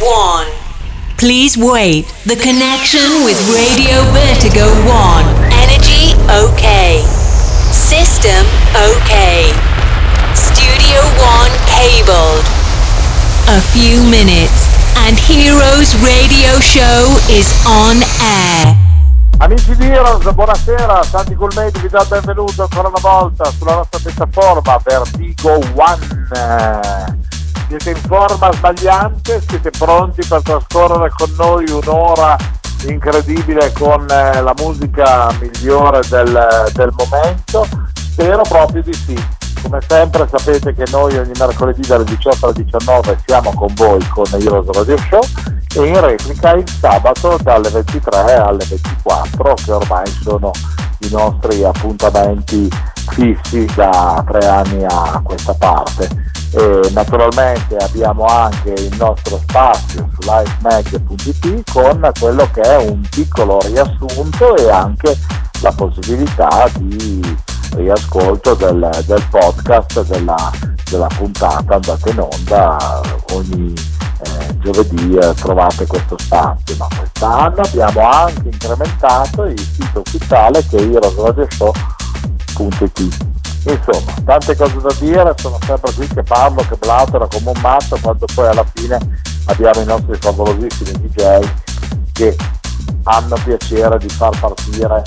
1. Please wait. The connection with Radio Vertigo 1. Energy okay. System okay. Studio 1 cabled. A few minutes and Heroes Radio Show is on air. Amici di Heroes, buonasera, Santi Colmetti vi dà il benvenuto ancora una volta sulla nostra piattaforma Vertigo One. Siete in forma sbagliante, siete pronti per trascorrere con noi un'ora incredibile con la musica migliore del momento? Spero proprio di sì. Come sempre sapete che noi ogni mercoledì dalle 18 alle 19 siamo con voi con Heroes Radio Show e in replica il sabato dalle 23 alle 24, che ormai sono i nostri appuntamenti fissi da 3 anni a questa parte. E naturalmente abbiamo anche il nostro spazio su livemag.it con quello che è un piccolo riassunto e anche la possibilità di riascolto del podcast della puntata andata in onda ogni giovedì. Trovate questo spazio, ma quest'anno abbiamo anche incrementato il sito ufficiale che è heroesradioshow.it. Insomma, tante cose da dire, sono sempre qui che parlo, che blatero come un matto, quando poi alla fine abbiamo i nostri favolosissimi DJ che hanno piacere di far partire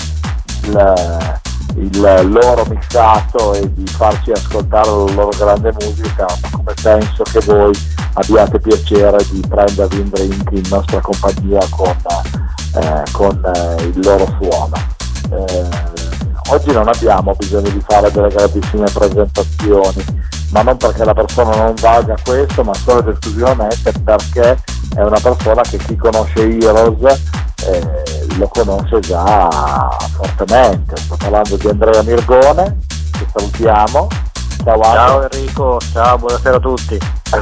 il loro mixato e di farci ascoltare la loro grande musica, ma come penso che voi abbiate piacere di prendervi un drink in nostra compagnia con il loro suono. Oggi non abbiamo bisogno di fare delle grandissime presentazioni, ma non perché la persona non valga questo, ma solo ed esclusivamente perché è una persona che chi conosce Heroes lo conosce già fortemente. Sto parlando di Andrea Mirgone, che salutiamo. Ciao Andre. Ciao Enrico, ciao, buonasera a tutti.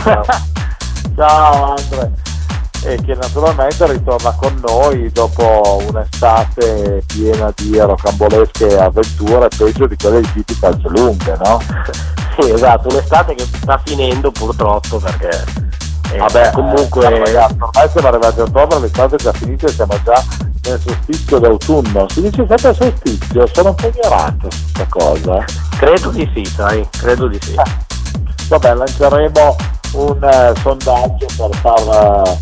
Ciao Andre. E che naturalmente ritorna con noi dopo un'estate piena di rocambolesche avventure, peggio di quelle di tipi calzelunghe, no? Sì, esatto, un'estate che sta finendo purtroppo perché vabbè, comunque ragazzi, ormai siamo arrivati a ottobre, l'estate è già finita e siamo già nel solstizio d'autunno. Si dice sempre solstizio, sono un po' ignorante su questa cosa. Credo di sì, sai, credo di sì. Vabbè, lanceremo un sondaggio per far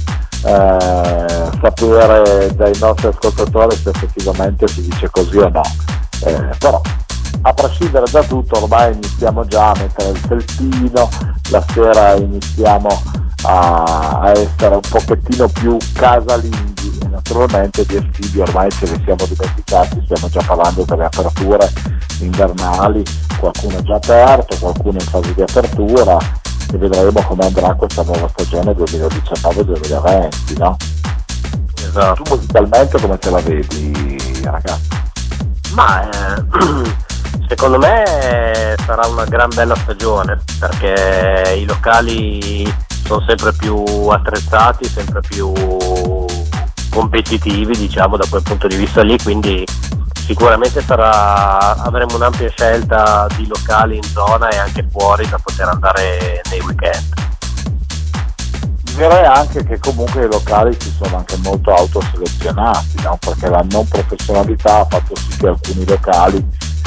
sapere dai nostri ascoltatori se effettivamente si dice così o no, però a prescindere da tutto ormai iniziamo già a mettere il felpino, la sera iniziamo a essere un pochettino più casalinghi e naturalmente di estivi ormai ce ne siamo dimenticati, stiamo già parlando delle aperture invernali, qualcuno è già aperto, qualcuno è in fase di apertura e vedremo come andrà questa nuova stagione 2019-2020, no? Esatto. Tu musicalmente come te la vedi, ragazzi? Ma secondo me sarà una gran bella stagione perché i locali sono sempre più attrezzati, sempre più competitivi, diciamo, da quel punto di vista lì, quindi sicuramente avremo un'ampia scelta di locali in zona e anche fuori da poter andare nei weekend. Direi anche che comunque i locali si sono anche molto autoselezionati, no? Perché la non professionalità ha fatto sì che alcuni locali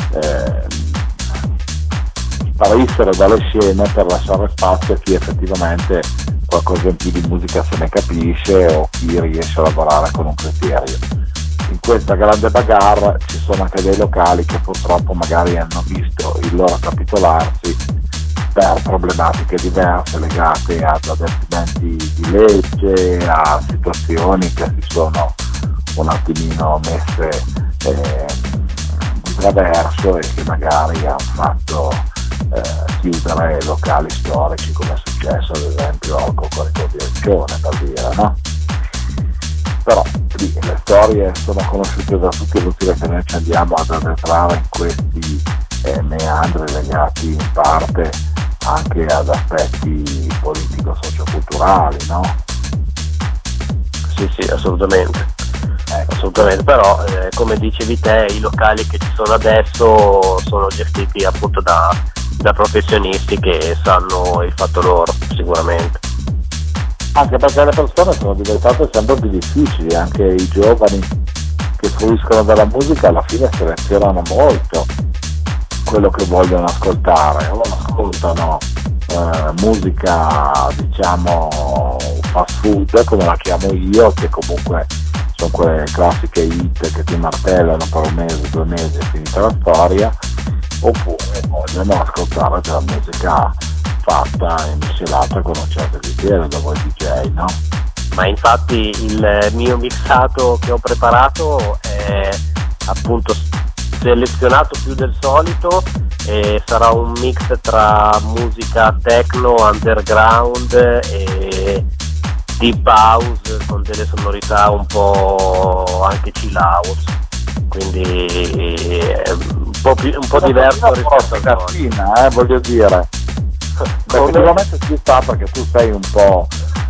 sparissero dalle scene per lasciare spazio a chi effettivamente qualcosa in più di musica se ne capisce o chi riesce a lavorare con un criterio. In questa grande bagarre ci sono anche dei locali che purtroppo magari hanno visto il loro capitolarsi per problematiche diverse legate ad adempimenti di legge, a situazioni che si sono un attimino messe di traverso e che magari hanno fatto chiudere locali storici, come è successo ad esempio al Cocorico di Riccione, per dire, no? Però lì le storie sono conosciute da tutti, è inutile che noi ci andiamo ad addentrare in questi meandri legati in parte anche ad aspetti politico-socioculturali, no? Sì, assolutamente. Assolutamente, però come dicevi te, i locali che ci sono adesso sono gestiti appunto da professionisti che sanno il fatto loro, sicuramente. Anche perché le persone sono diventate sempre più difficili, anche i giovani che fruiscono della musica alla fine selezionano molto quello che vogliono ascoltare, o ascoltano musica diciamo fast food come la chiamo io, che comunque sono quelle classiche hit che ti martellano per un mese, 2 mesi e finita la storia, oppure vogliono ascoltare della musica fatta e miscelata con un certo criterio da voi DJ, no? Ma infatti il mio mixato che ho preparato è appunto selezionato più del solito e sarà un mix tra musica techno, underground e deep house con delle sonorità un po' anche chill house, quindi un po' diverso rispetto al cazzina, voglio dire. Effettivamente ci sta, perché tu sei un po'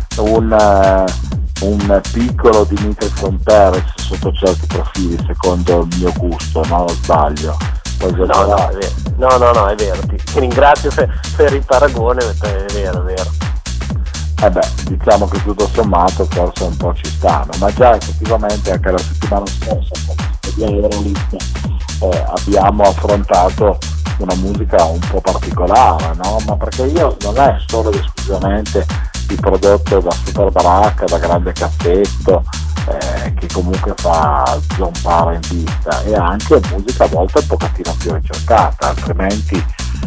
un piccolo Dimitri Fronteres sotto certi profili, secondo il mio gusto, no? Sbaglio? No, è vero, ti ringrazio per il paragone, è vero. Diciamo che tutto sommato forse un po' ci stanno, ma già effettivamente anche la settimana scorsa di Eurolist abbiamo affrontato una musica un po' particolare, no? Ma perché io non è solo ed esclusivamente il prodotto da super baracca, da grande cassetto, che comunque fa zompare in pista, e anche musica a volte un pochettino più ricercata, altrimenti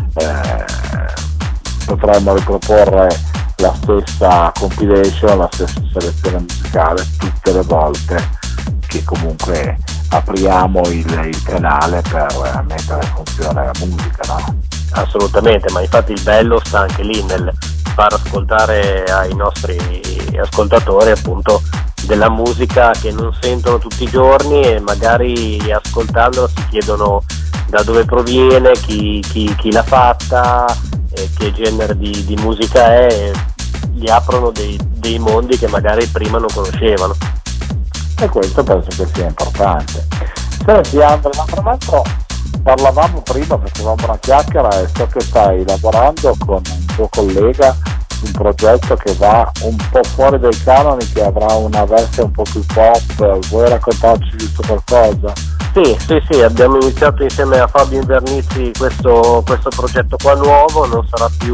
potremmo riproporre la stessa compilation, la stessa selezione musicale tutte le volte che comunque apriamo il canale per mettere in funzione la musica, no? Assolutamente, ma infatti il bello sta anche lì nel far ascoltare ai nostri ascoltatori appunto della musica che non sentono tutti i giorni, e magari ascoltandola si chiedono da dove proviene, chi l'ha fatta, che genere di musica è, e gli aprono dei mondi che magari prima non conoscevano. E questo penso che sia importante. Senti Andrea, ma tra l'altro parlavamo prima, facevamo una chiacchiera, e so che stai lavorando con un tuo collega un progetto che va un po' fuori dai canoni, che avrà una veste un po' più pop. Vuoi raccontarci giusto qualcosa? Sì, abbiamo iniziato insieme a Fabio Invernizzi questo progetto qua nuovo, non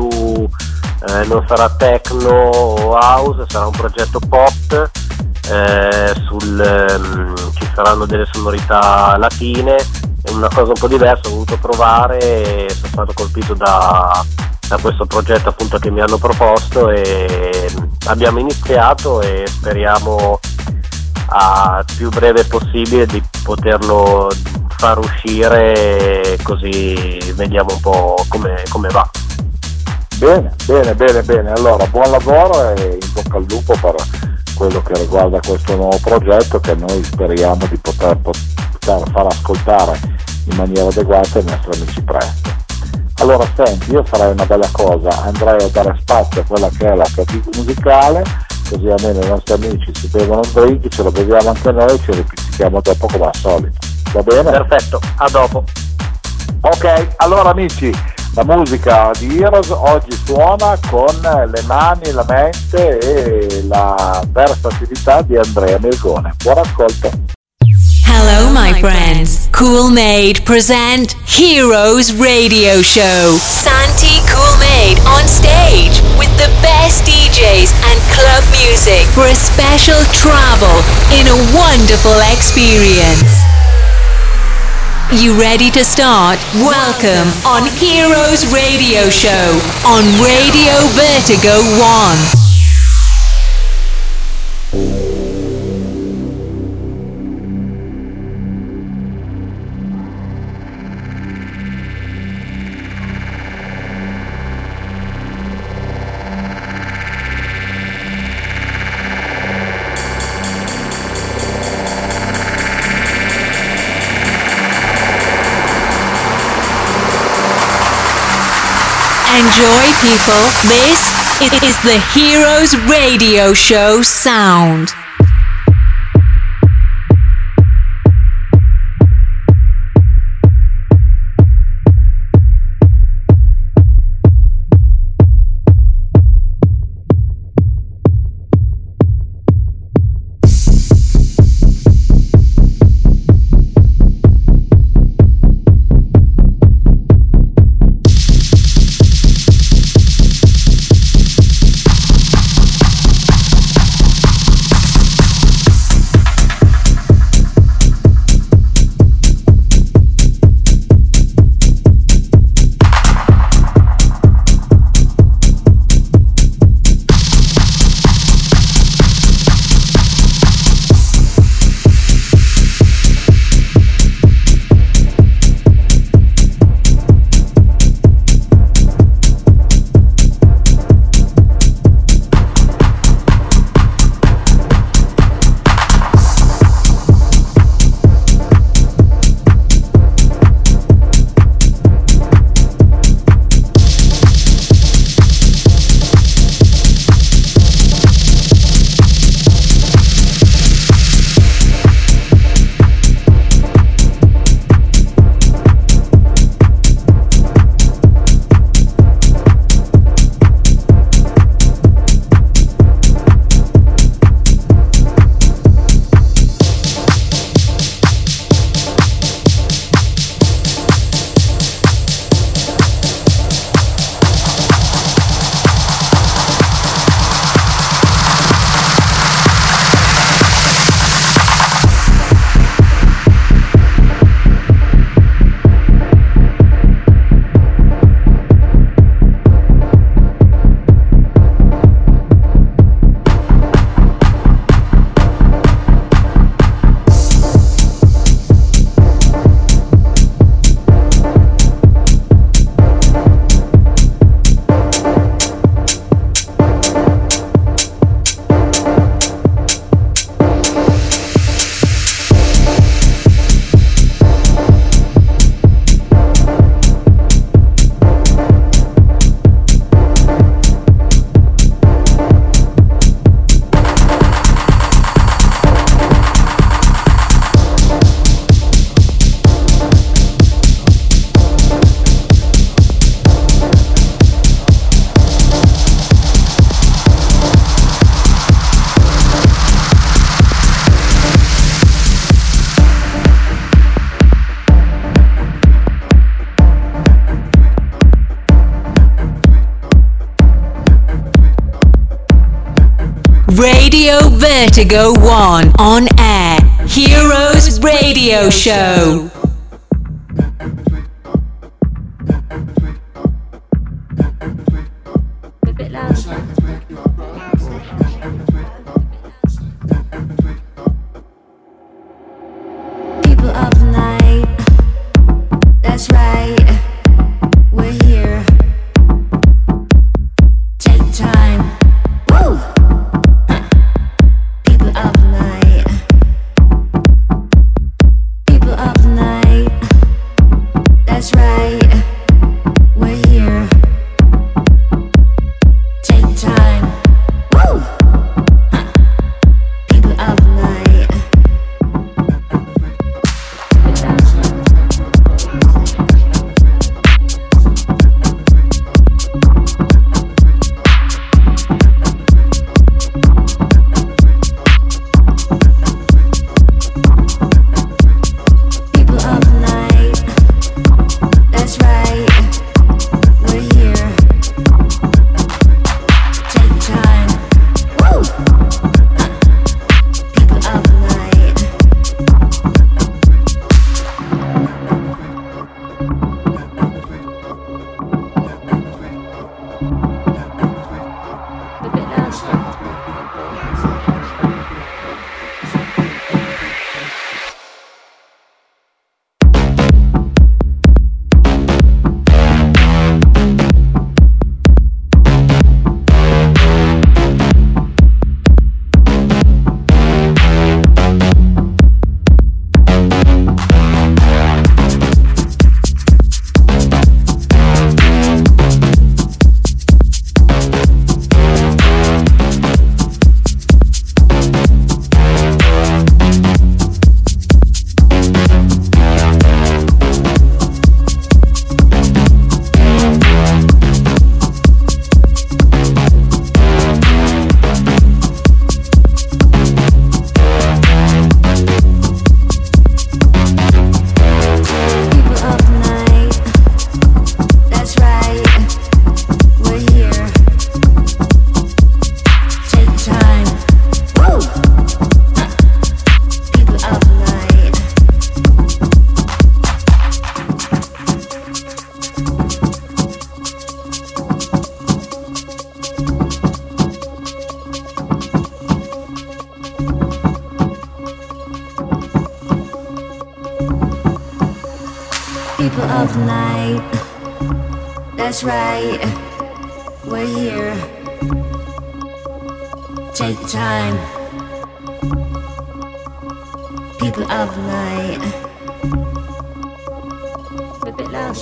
sarà techno o house, sarà un progetto pop, ci saranno delle sonorità latine, è una cosa un po' diversa, ho voluto provare e sono stato colpito da questo progetto appunto che mi hanno proposto, e abbiamo iniziato e speriamo a più breve possibile di poterlo far uscire, così vediamo un po' come va. Bene, allora buon lavoro e in bocca al lupo per quello che riguarda questo nuovo progetto, che noi speriamo di poter far ascoltare in maniera adeguata ai nostri amici presto. Allora senti, io farei una bella cosa, andrei a dare spazio a quella che è la cabina musicale, così almeno i nostri amici si bevono un drink, ce lo beviamo anche noi e ci ripizzichiamo dopo come al solito. Va bene? Perfetto, a dopo. Ok, allora amici, la musica di Heroes oggi suona con le mani, la mente e la versatilità di Andrea Melgone. Buon ascolto. Hello, my friends. Cool-Made present Heroes Radio Show. Santi Cool-Made on stage with the best DJs and club music for a special travel in a wonderful experience. You ready to start? Welcome on Heroes Radio Show on Radio Vertigo 1. Enjoy, people. This is the Heroes Radio Show sound. Radio Vertigo 1 on air. Heroes Radio Show. People of the night, that's right, we're here. Take time. People of the night. A bit loud.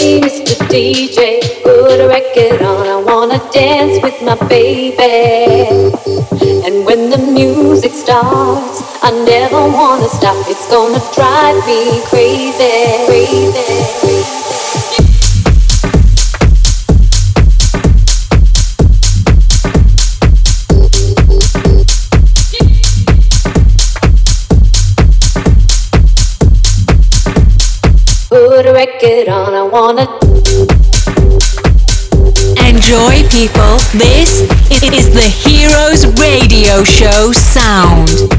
DJ, put a record on, I wanna dance with my baby. starts, I never wanna stop. It's gonna drive me crazy, crazy. Put a record on, I wanna enjoy, people. This is the Heroes Radio Show sound.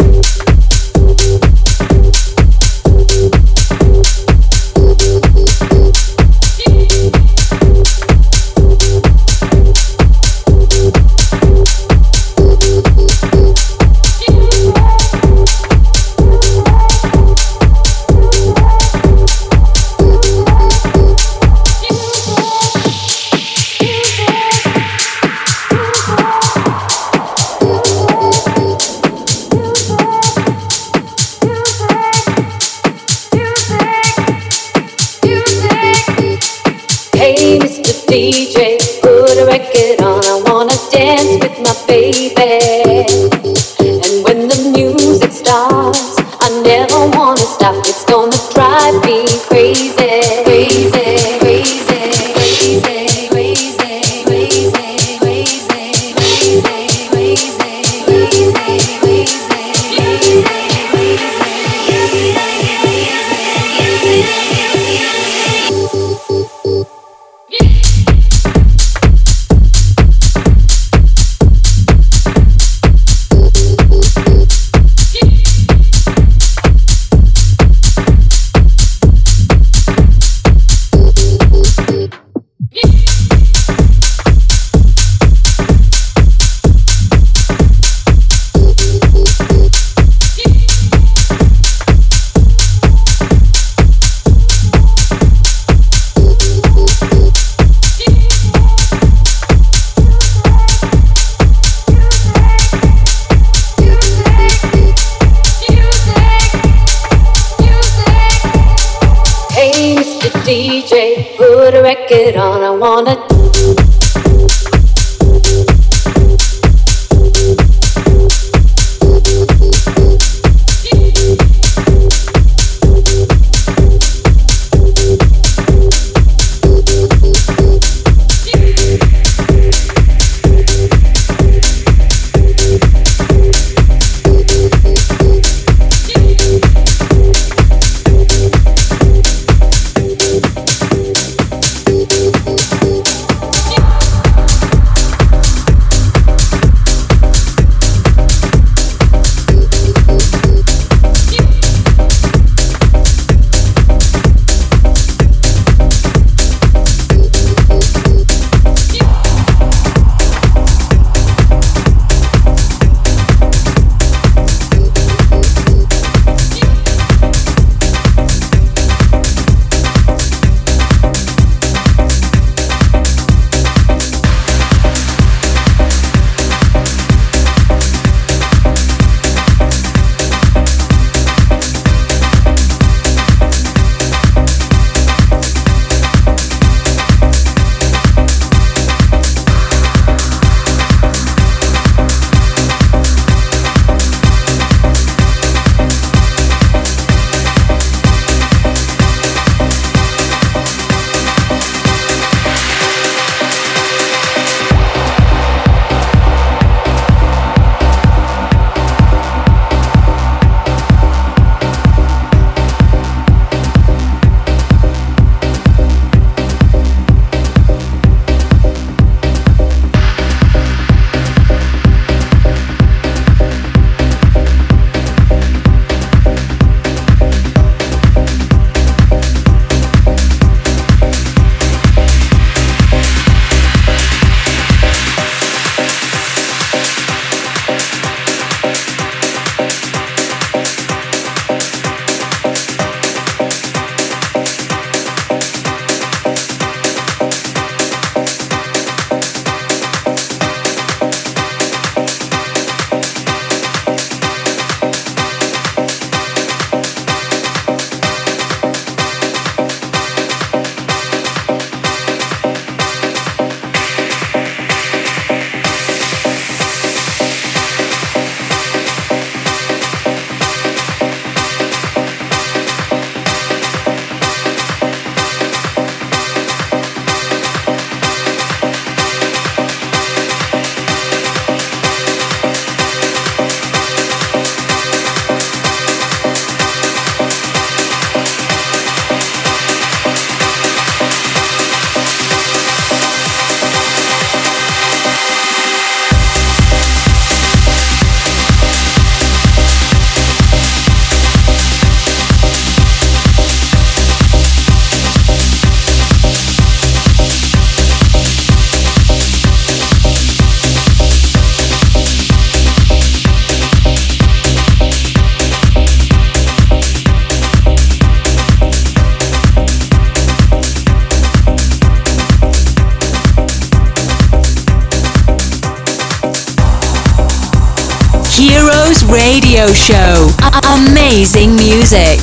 DJ, put a record on, I wanna dance with my baby. And when the music starts, I never wanna stop. It's gonna drive me crazy, crazy, crazy, crazy, crazy, crazy, crazy, crazy, DJ, put a record on, I wanna Heroes Radio Show. Amazing music.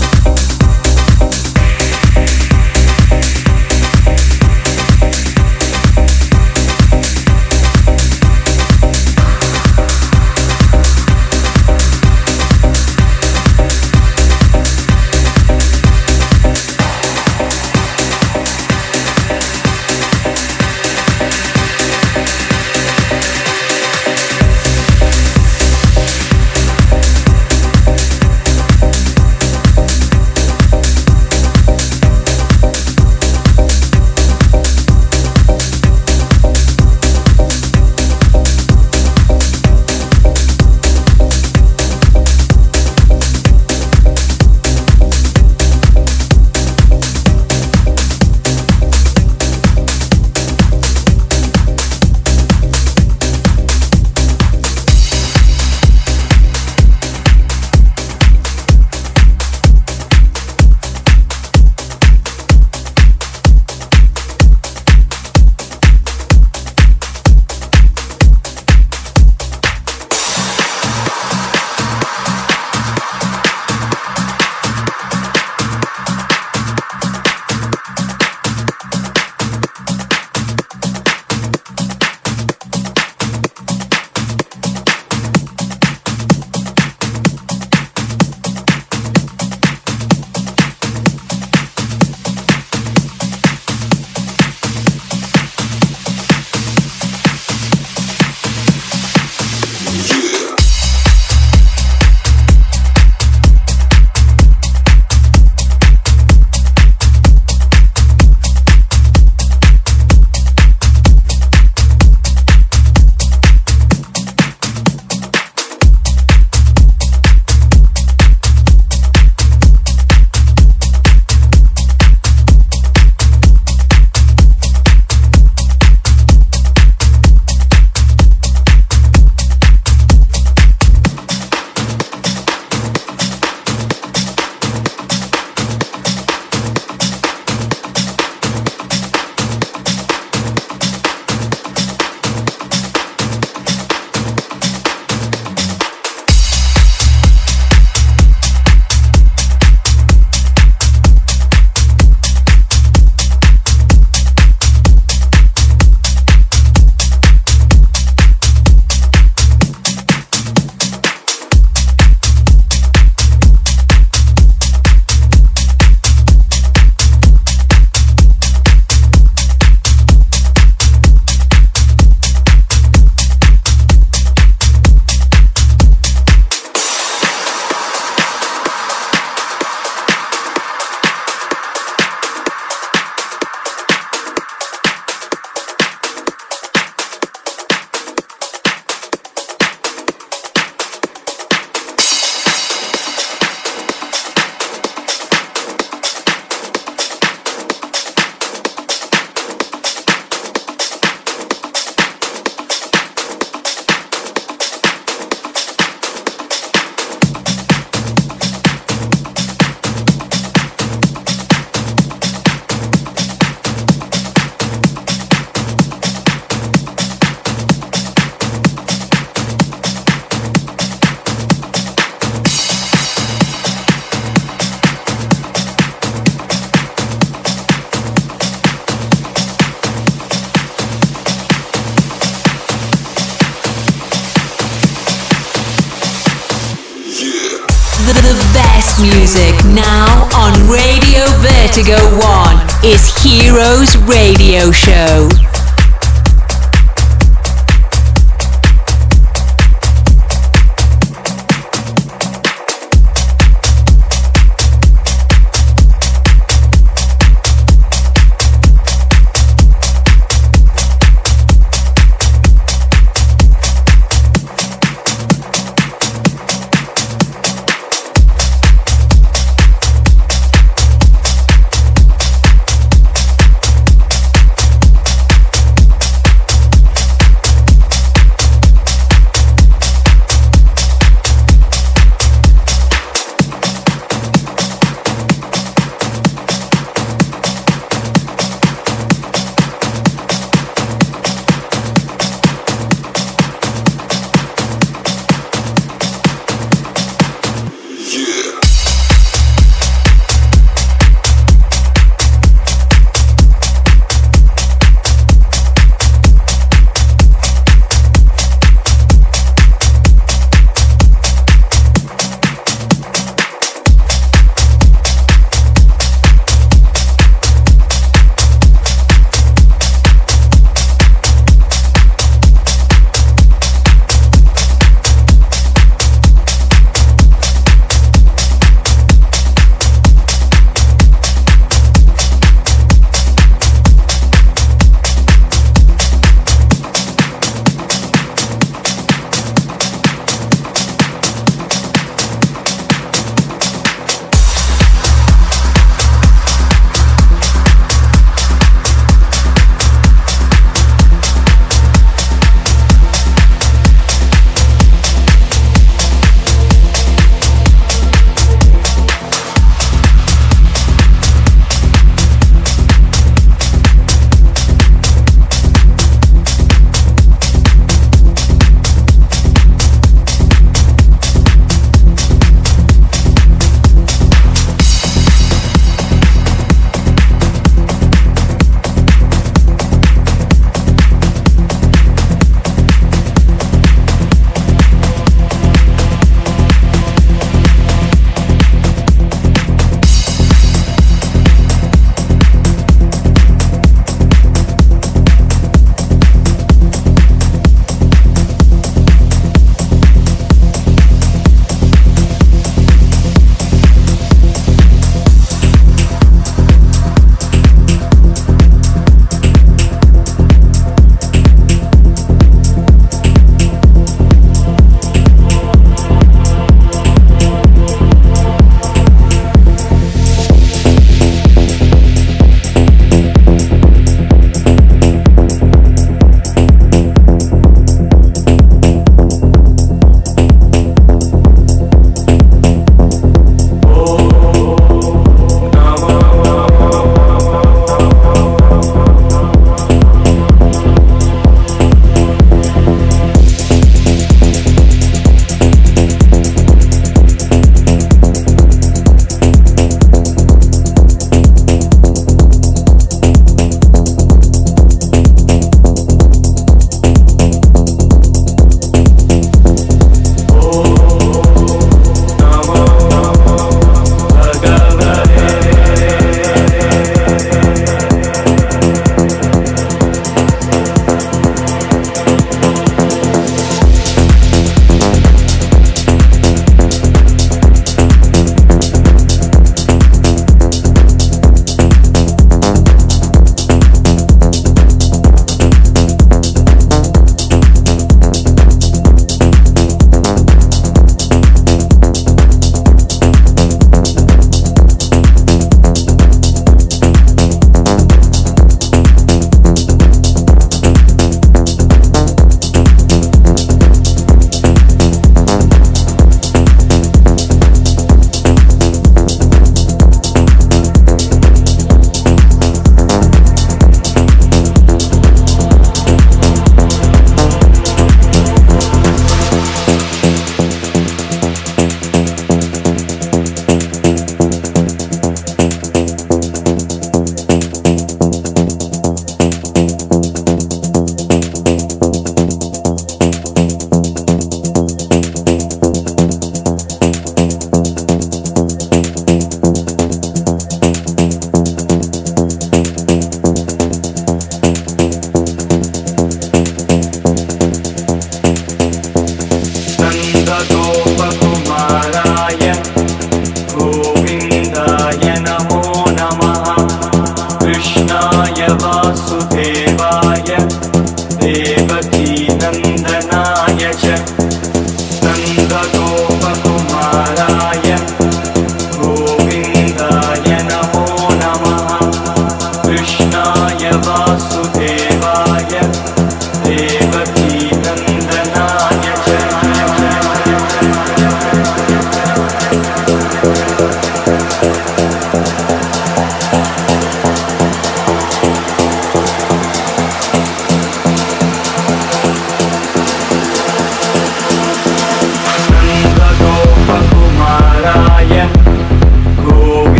The best music now on Radio Vertigo 1 is Heroes Radio Show.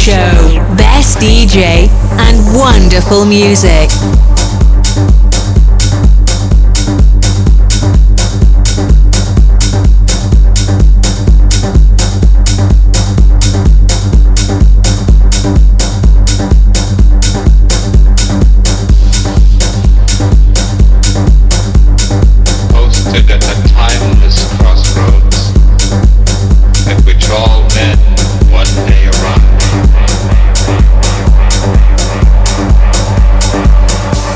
Show. Best DJ and wonderful music. One day arrive.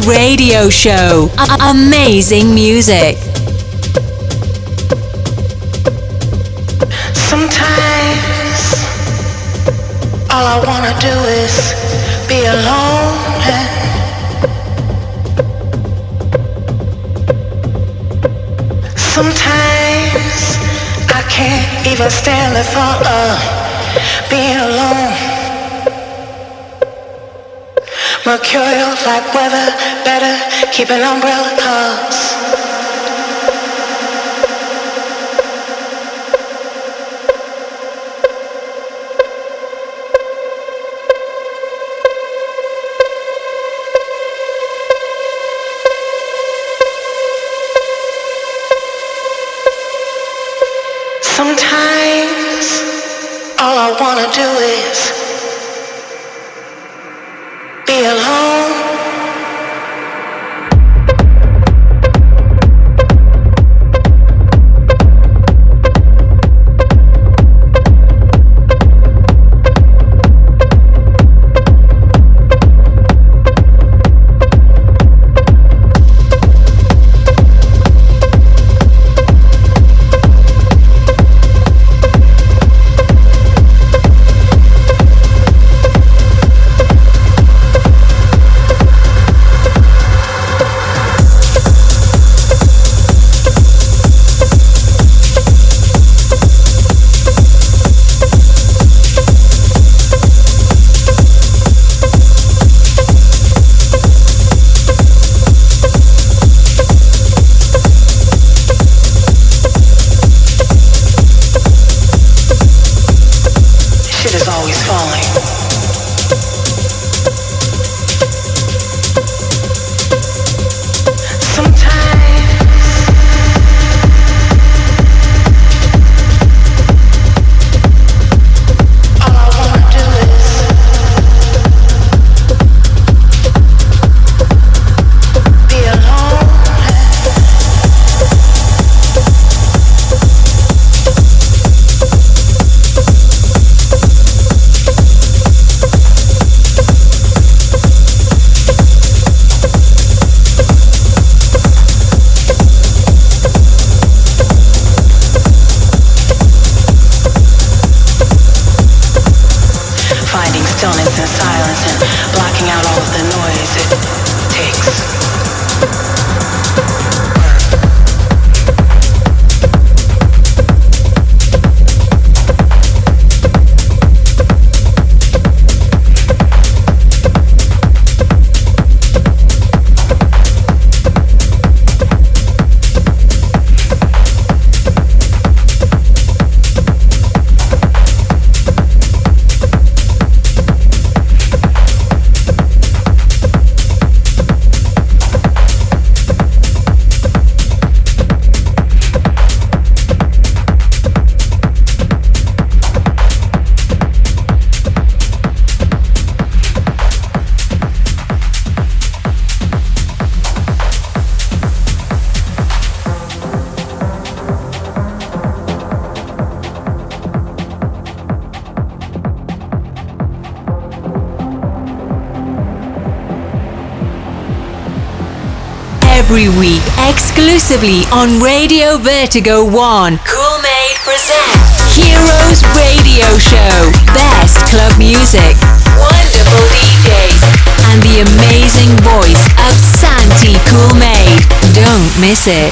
Radio Show. Amazing music. Sometimes all I wanna do is be alone. Sometimes I can't even stand the thought of being alone. Mercurial like weather, better keep an umbrella 'cause sometimes all I wanna do is be alone. Every week, exclusively on Radio Vertigo 1, Cool Made presents Heroes Radio Show. Best club music, wonderful DJs, and the amazing voice of Santi Cool Made. Don't miss it.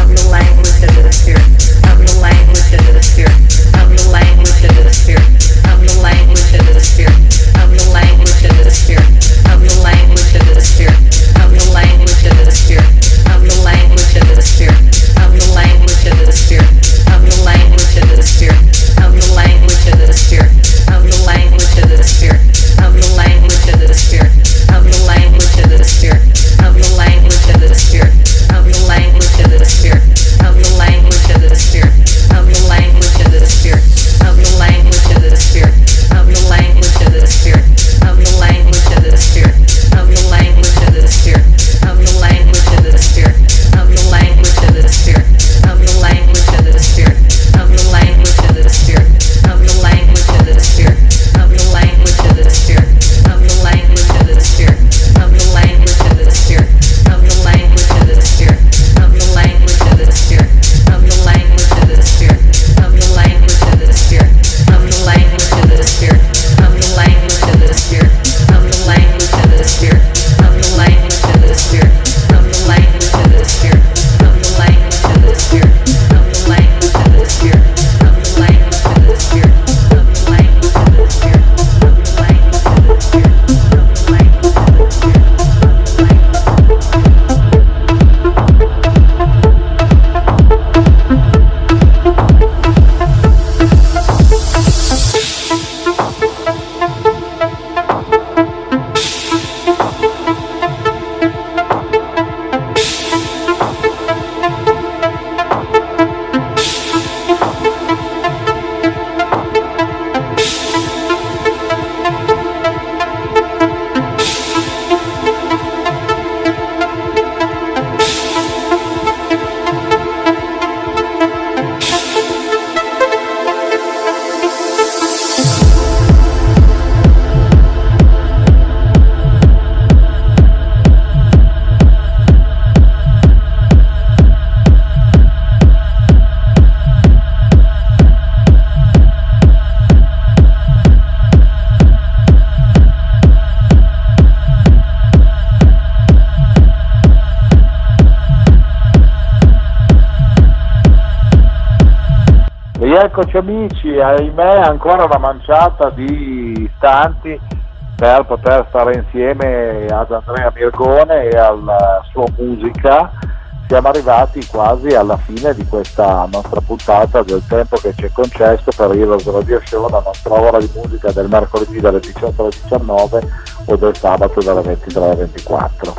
eccoci amici, ahimè ancora una manciata di istanti per poter stare insieme ad Andrea Mirgone e alla sua musica. Siamo arrivati quasi alla fine di questa nostra puntata, del tempo che ci è concesso per Heroes Radio Show, la nostra ora di musica del mercoledì dalle 18 alle 19 o del sabato dalle 23 alle 24.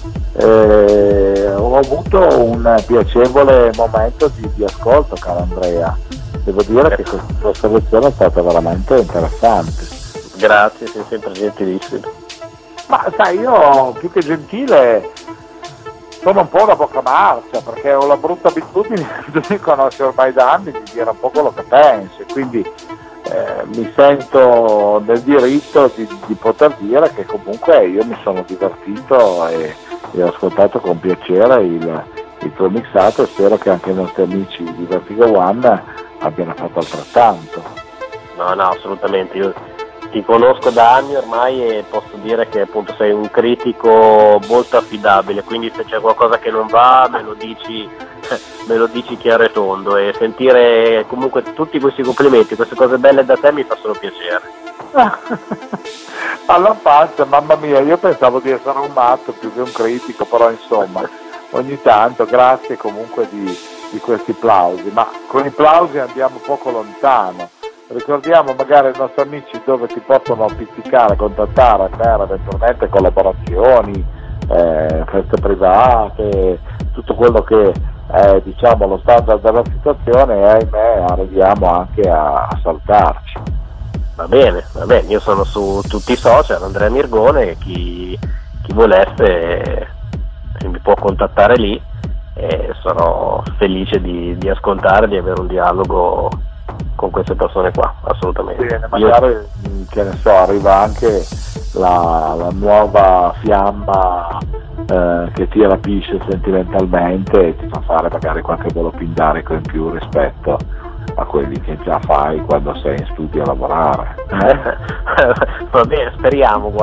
Ho avuto un piacevole momento di ascolto, caro Andrea. Devo dire che questa tua selezione è stata veramente interessante. Grazie, sei sempre gentilissimo. Ma sai, io più che gentile sono un po' una bocca marcia, perché ho la brutta abitudine, tu mi conosci ormai da anni, di dire un po' quello che penso, quindi mi sento nel diritto di poter dire che comunque io mi sono divertito e ho ascoltato con piacere il tuo mixato, e spero che anche i nostri amici di Vertigo One abbiano fatto altrettanto. No, assolutamente, io ti conosco da anni ormai e posso dire che appunto sei un critico molto affidabile, quindi se c'è qualcosa che non va me lo dici chiaro e tondo, e sentire comunque tutti questi complimenti, queste cose belle da te mi fa solo piacere. Alla faccia, mamma mia, io pensavo di essere un matto più che un critico, però insomma ogni tanto grazie comunque di questi plausi, ma con i plausi andiamo poco lontano. Ricordiamo magari ai nostri amici dove ti possono pizzicare, contattare per eventualmente collaborazioni, feste private, tutto quello che è, diciamo, lo standard della situazione, e ahimè arriviamo anche a saltarci. Va bene, io sono su tutti i social, Andrea Mirgone, e chi volesse mi può contattare lì e sarò felice di ascoltare, di avere un dialogo con queste persone qua, assolutamente. Bene, magari che ne so, arriva anche la nuova fiamma che ti rapisce sentimentalmente e ti fa fare magari qualche volo pindarico in più rispetto a quelli che già fai quando sei in studio a lavorare. Va bene, speriamo.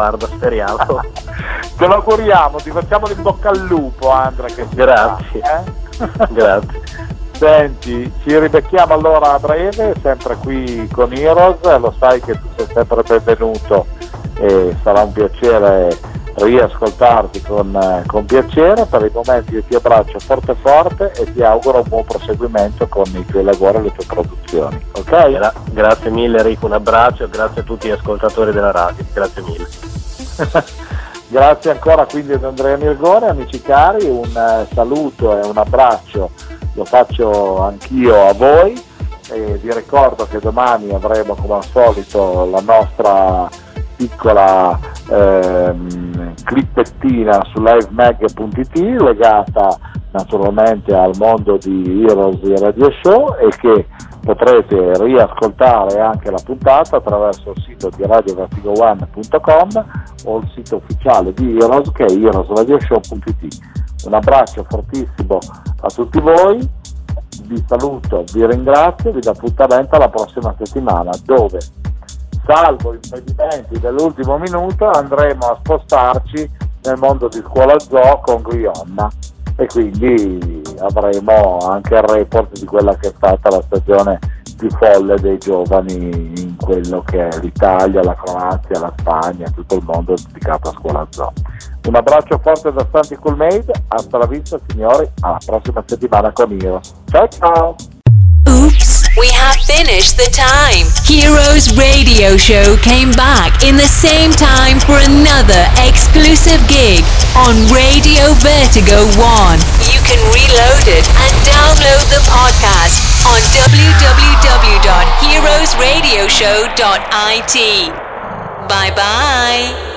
Te lo auguriamo, ti facciamo in bocca al lupo, Andrea, che grazie. Grazie. Senti, ci ribecchiamo allora a breve, sempre qui con Heroes, lo sai che tu sei sempre benvenuto e sarà un piacere riascoltarti con piacere. Per il momento io ti abbraccio forte forte e ti auguro un buon proseguimento con i tuoi lavori e le tue produzioni, ok? Grazie mille Enrico, un abbraccio, grazie a tutti gli ascoltatori della radio, grazie mille. Grazie ancora quindi ad Andrea Mirgone, amici cari, un saluto e un abbraccio lo faccio anch'io a voi, e vi ricordo che domani avremo come al solito la nostra piccola clippettina su livemag.it legata naturalmente al mondo di Heroes Radio Show, e che potrete riascoltare anche la puntata attraverso il sito di radiovertigoone.com o il sito ufficiale di Heroes, che è heroesradioshow.it. Un abbraccio fortissimo a tutti voi, vi saluto, vi ringrazio, vi do appuntamento alla prossima settimana, dove, salvo impedimenti dell'ultimo minuto, andremo a spostarci nel mondo di Scuola Zoo con Grionna, e quindi avremo anche il report di quella che è stata la stagione più folle dei giovani in quello che è l'Italia, la Croazia, la Spagna, tutto il mondo dedicato a Scuola Zoo. Un abbraccio forte da Santi Cool Made, hasta la vista signori, alla prossima settimana con Heroes. Ciao ciao! Oops, we have finished the time. Heroes Radio Show came back in the same time for another exclusive gig on Radio Vertigo One. You can reload it and download the podcast on www.heroesradioshow.it. Bye bye.